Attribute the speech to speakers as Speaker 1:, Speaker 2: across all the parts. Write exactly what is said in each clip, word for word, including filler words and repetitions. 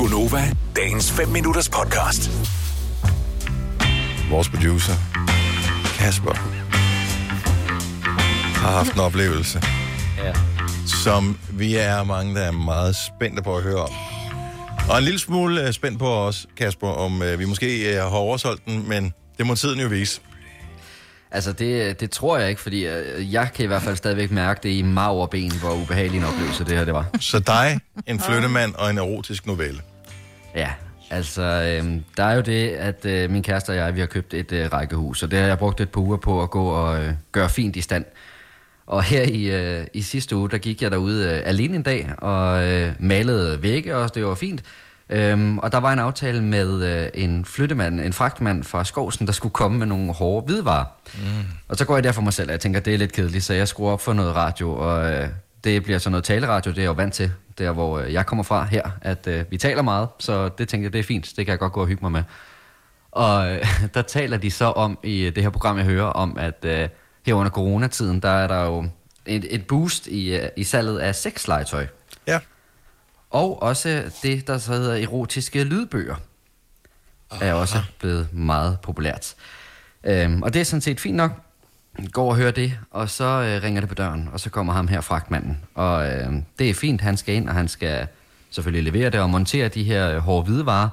Speaker 1: Gonova, dagens fem minutters podcast.
Speaker 2: Vores producer, Kasper, har haft en oplevelse,
Speaker 3: ja.
Speaker 2: som vi er mange, der er meget spændte på at høre om. Og en lille smule spændt på os, Kasper, om uh, vi måske uh, har oversolgt den, men det må tiden jo vise.
Speaker 3: Altså, det, det tror jeg ikke, fordi uh, jeg kan i hvert fald stadigvæk mærke det i marv og ben, hvor ubehagelig en oplevelse det her det var.
Speaker 2: Så dig, en flyttemand og en erotisk novelle.
Speaker 3: Ja, altså, øhm, der er jo det, at øh, min kæreste og jeg, vi har købt et øh, rækkehus, og det har jeg brugt et par uger på at gå og øh, gøre fint i stand. Og her i, øh, i sidste uge, der gik jeg derude øh, alene en dag og øh, malede vægge, og det var fint. Øhm, og der var en aftale med øh, en flyttemand, en fragtmand fra Skovsen, der skulle komme med nogle hårde hvidevarer. Mm. Og så går jeg der for mig selv, og jeg tænker, det er lidt kedeligt, så jeg skruer op for noget radio, og øh, det bliver så noget taleradio, det er jeg jo vant til, der hvor jeg kommer fra her, at øh, vi taler meget, så det tænker jeg, det er fint, det kan jeg godt gå og hygge mig med. Og øh, der taler de så om, i det her program, jeg hører, om at øh, her under coronatiden, der er der jo et, et boost i, i salget af sexlegetøj.
Speaker 2: Ja.
Speaker 3: Og også det, der så hedder erotiske lydbøger, er også blevet meget populært. Øhm, og det er sådan set fint nok. Går og hører det, og så øh, ringer det på døren, og så kommer ham her, fragtmanden. Og øh, det er fint, han skal ind, og han skal selvfølgelig levere det og montere de her øh, hårde hvidevarer.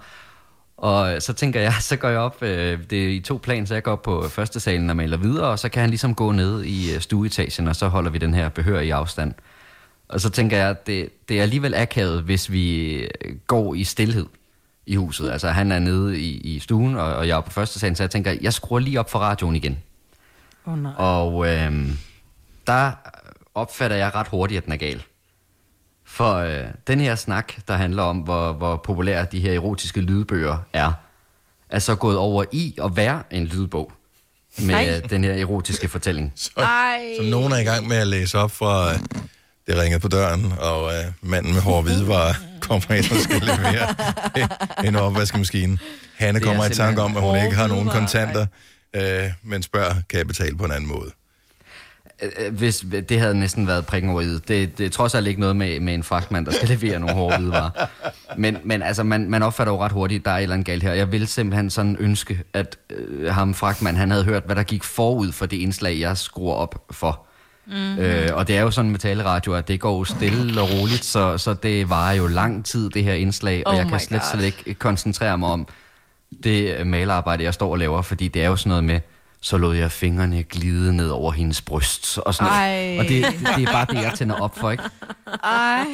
Speaker 3: Og så tænker jeg, så går jeg op, øh, det er i to plan, så jeg går op på første salen og maler videre, og så kan han ligesom gå ned i øh, stueetagen, og så holder vi den her behørige afstand. Og så tænker jeg, at det, det er alligevel akavet, hvis vi går i stilhed i huset. Altså han er nede i, i stuen, og, og jeg er på første salen, så jeg tænker, jeg skruer lige op for radioen igen.
Speaker 4: Oh, nej.
Speaker 3: Og øh, der opfatter jeg ret hurtigt, at den er gal. For øh, den her snak, der handler om, hvor, hvor populære de her erotiske lydbøger er, er så gået over i at være en lydbog med Ej. den her erotiske fortælling.
Speaker 2: Så, som nogen er i gang med at læse op fra... Det ringede på døren, og øh, manden med hårde hvidevarer kommer ind og skal levere en opvaskemaskine. Hanne kommer i tanke om, at hun ikke har nogen kontanter, øh, men spørger, kan jeg betale på en anden måde?
Speaker 3: Hvis det havde næsten været prikken over i det. Det, det er trods alt ikke noget med, med en fragtmand, der skal levere nogle hårde hvidevarer. Men, men altså, man, man opfatter jo ret hurtigt, at der er et eller andet galt her. Jeg ville simpelthen sådan ønske, at øh, ham fragtmand, han havde hørt, hvad der gik forud for det indslag, jeg skruer op for. Mm-hmm. Øh, og det er jo sådan med taleradio, at det går stille og roligt, så, så det varer jo lang tid, det her indslag, og oh jeg kan slet, slet ikke koncentrere mig om det malerarbejde, jeg står og laver, fordi det er jo sådan noget med, så lod jeg fingrene glide ned over hendes bryst, og sådan noget. Og det, det er bare det, jeg tænder op for, ikke?
Speaker 4: Ej.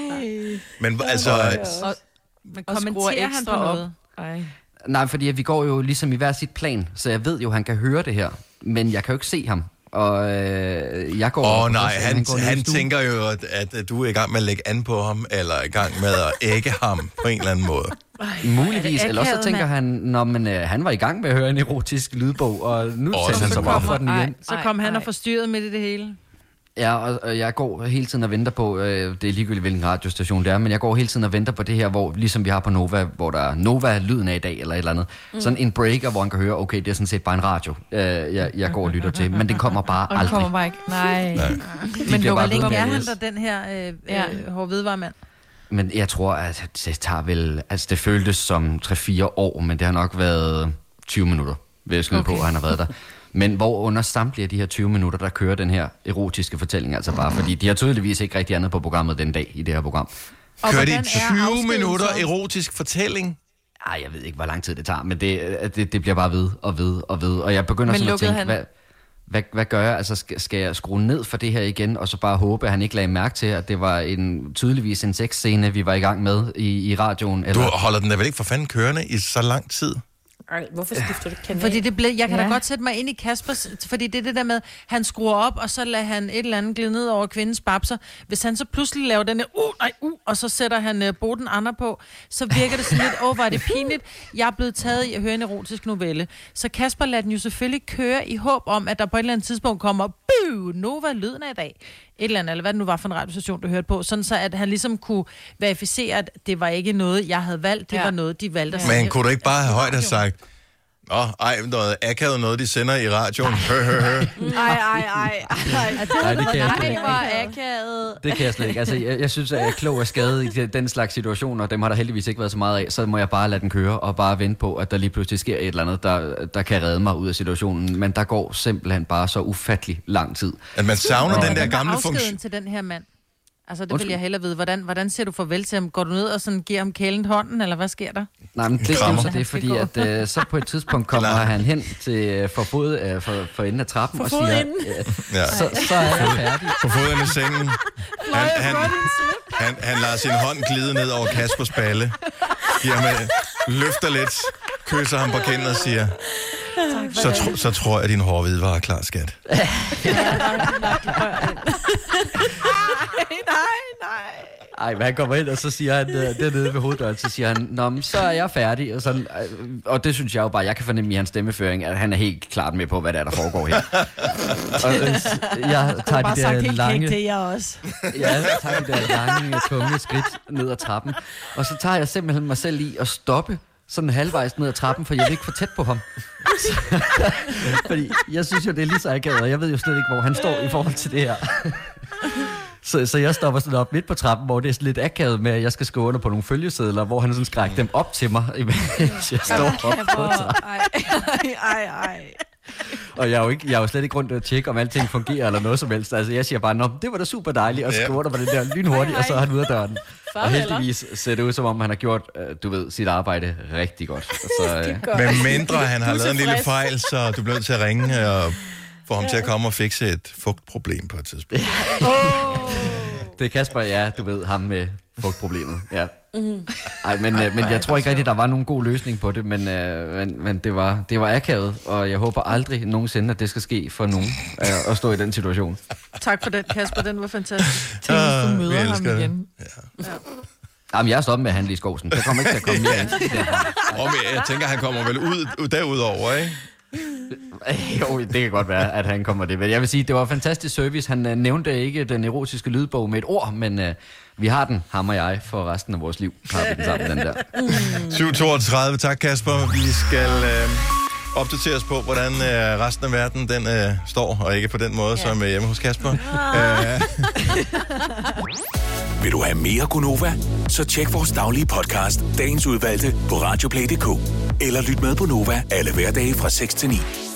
Speaker 2: Men altså...
Speaker 4: Og, men kommenterer han på noget? Ej.
Speaker 3: Nej, fordi vi går jo ligesom i hver sit plan, så jeg ved jo, han kan høre det her, men jeg kan jo ikke se ham. Og øh, jeg går...
Speaker 2: Åh oh, nej, han, han, han tænker jo, at, at du er i gang med at lægge an på ham, eller i gang med at ægge ham på en eller anden måde.
Speaker 3: Ej, muligvis, eller så tænker man. han, når man, øh, han var i gang med at høre en erotisk lydbog, og nu oh, tænder han så bare for den igen.
Speaker 4: Så kom ej, han og forstyrrede midt i det hele.
Speaker 3: Ja, og, og jeg går hele tiden og venter på, øh, det er ligegyldigt hvilken radiostation det er, men jeg går hele tiden og venter på det her, hvor ligesom vi har på Nova, hvor der er Nova-lyden af i dag, eller et eller andet. Mm. Sådan en breaker, hvor man kan høre, okay, det er sådan set bare en radio, øh, jeg, jeg går og lytter til, men den kommer bare
Speaker 4: og
Speaker 3: aldrig.
Speaker 4: Og kommer bare ikke. Nej. Nej. Men hvor længe er han der, den her øh, ja. øh, hårde hvidevaremand?
Speaker 3: Men jeg tror, at det tager vel, altså det føltes som tre fire år, men det har nok været tyve minutter, vil jeg skyde okay. på, at han har været der. Men hvor under samtlige af de her tyve minutter, der kører den her erotiske fortælling, altså bare fordi de har tydeligvis ikke rigtig andet på programmet den dag i det her program.
Speaker 2: Og kører de tyve minutter erotisk fortælling?
Speaker 3: Ej, jeg ved ikke, hvor lang tid det tager, men det, det, det bliver bare ved og ved og ved. Og jeg begynder men sådan at tænke, han... hvad, hvad, hvad gør jeg? Altså, skal, skal jeg skrue ned for det her igen, og så bare håbe, at han ikke lagde mærke til, at det var en tydeligvis en sexscene, vi var i gang med i, i radioen? Eller...
Speaker 2: Du holder den da vel ikke for fanden kørende i så lang tid?
Speaker 5: Ej, hvorfor skifter du kanal?
Speaker 4: Fordi det blev, jeg kan ja. da godt sætte mig ind i Kaspers, fordi det er det der med, han skruer op, og så lader han et eller andet glide ned over kvindens babser. Hvis han så pludselig laver den her, uh, nej, uh, og så sætter han uh, Boden Andre på, så virker det sådan lidt, åh, oh, hvor er det pinligt. Jeg er blevet taget i at høre en erotisk novelle. Så Kasper lader den jo selvfølgelig køre i håb om, at der på et eller andet tidspunkt kommer, buh, Nova lyden af i dag. Et eller andet, eller hvad det nu var for en radiostation, du hørte på, sådan så at han ligesom kunne verificere, at det var ikke noget, jeg havde valgt, det ja. var noget, de valgte at
Speaker 2: Men kunne du ikke bare have højt have sagt, Åh, oh, ej, noget akavet noget, de sender i radioen. Hør, hør, hør.
Speaker 5: Ej, ej, ej, ej.
Speaker 3: Nej, det kan jeg slet
Speaker 5: Nej,
Speaker 3: ikke.
Speaker 5: hvor akavet.
Speaker 3: Det kan jeg slet ikke. Altså, jeg, jeg synes, at jeg er klog og skadet i den slags situationer, og dem har der heldigvis ikke været så meget af, så må jeg bare lade den køre og bare vente på, at der lige pludselig sker et eller andet, der, der kan redde mig ud af situationen. Men der går simpelthen bare så ufattelig lang tid.
Speaker 2: At man savner
Speaker 4: Og
Speaker 2: den der
Speaker 4: hvad
Speaker 2: gamle
Speaker 4: var
Speaker 2: funktion.
Speaker 4: afskeden til den her mand? Altså, det vil
Speaker 3: Undskyld.
Speaker 4: jeg hellere vide. Hvordan, hvordan ser du farvel til ham? Går du ned og sådan giver ham kælent hånden, eller hvad sker der?
Speaker 3: Nej, men det, det,
Speaker 2: Krammer.
Speaker 3: det er fordi, at øh, så på et tidspunkt kommer
Speaker 2: Klar.
Speaker 3: han hen til øh, for, fod, øh, for, for enden af trappen
Speaker 5: For
Speaker 3: og siger,
Speaker 5: fodenden?
Speaker 3: øh,
Speaker 2: Ja.
Speaker 3: så, så er jeg færdig.
Speaker 2: På foden i sengen. Han, han, han, han lader sin hånd glide ned over Kaspers balle. Giver ham, løfter lidt, kysser ham på kinden og siger, så, tro, så tror jeg, at din hårde hvide var er klar, skat.
Speaker 5: Nej, nej.
Speaker 3: Ej, men han kommer ind, og så siger han, øh, dernede ved hoveddøren, så siger han, nå, men så er jeg færdig. Og, sådan, øh, og det synes jeg jo bare, jeg kan fornemme i hans stemmeføring, at han er helt klart med på, hvad der, er, der foregår her. Og øh, jeg tager
Speaker 5: Bare
Speaker 3: de
Speaker 5: sagt
Speaker 3: der
Speaker 5: helt
Speaker 3: lange...
Speaker 5: kægt til jer også.
Speaker 3: Ja, jeg tager de der lange, tunge skridt ned ad trappen. Og så tager jeg simpelthen mig selv i at stoppe sådan halvvejs ned ad trappen, for jeg vil ikke for tæt på ham. Fordi jeg synes jo, det er lige så akavet, og jeg ved jo slet ikke, hvor han står i forhold til det her. Så, så jeg stopper sådan op midt på trappen, hvor det er sådan lidt akavet med, at jeg skal skrive under på nogle følgesedler, hvor han sådan skrækker dem op til mig, imens jeg står op på trappen.
Speaker 5: Ej, ej, ej, ej.
Speaker 3: Og jeg er, jo ikke, jeg er jo slet ikke rundt og tjekke, om alting fungerer eller noget som helst. Altså, jeg siger bare, nå, det var da super dejligt, og
Speaker 2: Ja.
Speaker 3: skriver der på det der lynhurtigt, og så er han ude af døren. Og
Speaker 5: Farvel.
Speaker 3: heldigvis ser det ud, som om han har gjort, øh, du ved, sit arbejde rigtig godt. Så, øh,
Speaker 2: Men mindre han har
Speaker 5: Du er
Speaker 2: lavet en lille
Speaker 5: tilfreds.
Speaker 2: fejl, så du bliver nødt til at ringe og få ham til at komme og fikse et fugtproblem på et tidspunkt.
Speaker 3: det er Kasper, ja, du ved, ham med fugtproblemet. Ja. Ej, men, øh, men jeg tror ikke rigtig, der var nogen god løsning på det, men, øh, men, men det, var, det var akavet, og jeg håber aldrig nogensinde, at det skal ske for nogen øh, at stå i den situation.
Speaker 4: Tak for den, Kasper. Den var fantastisk.
Speaker 6: Tænk, hvis du
Speaker 2: Ah,
Speaker 6: møder
Speaker 2: vi
Speaker 6: ham
Speaker 2: elsker det.
Speaker 6: igen.
Speaker 3: Jamen, jeg er stoppet med at handle i skovsen. Der kommer ikke til at komme mere ind.
Speaker 2: Og men jeg tænker, han kommer vel ud, ud derudover, ikke?
Speaker 3: Øh, Jo, det kan godt være, at han kommer det. Men jeg vil sige, det var fantastisk service. Han øh, nævnte ikke den erotiske lydbog med et ord, men øh, vi har den, ham og jeg, for resten af vores liv. Har vi den sammen, den der.
Speaker 2: syv toogtredive, tak Kasper. Vi skal øh, opdatere os på, hvordan øh, resten af verden den øh, står, og ikke på den måde, ja. som øh, hjemme hos Kasper. Øh,
Speaker 1: Vil du have mere Gunova? Så tjek vores daglige podcast, dagens udvalgte, på radioplay punktum d k. Eller lyt med på Nova alle hverdage fra seks til ni.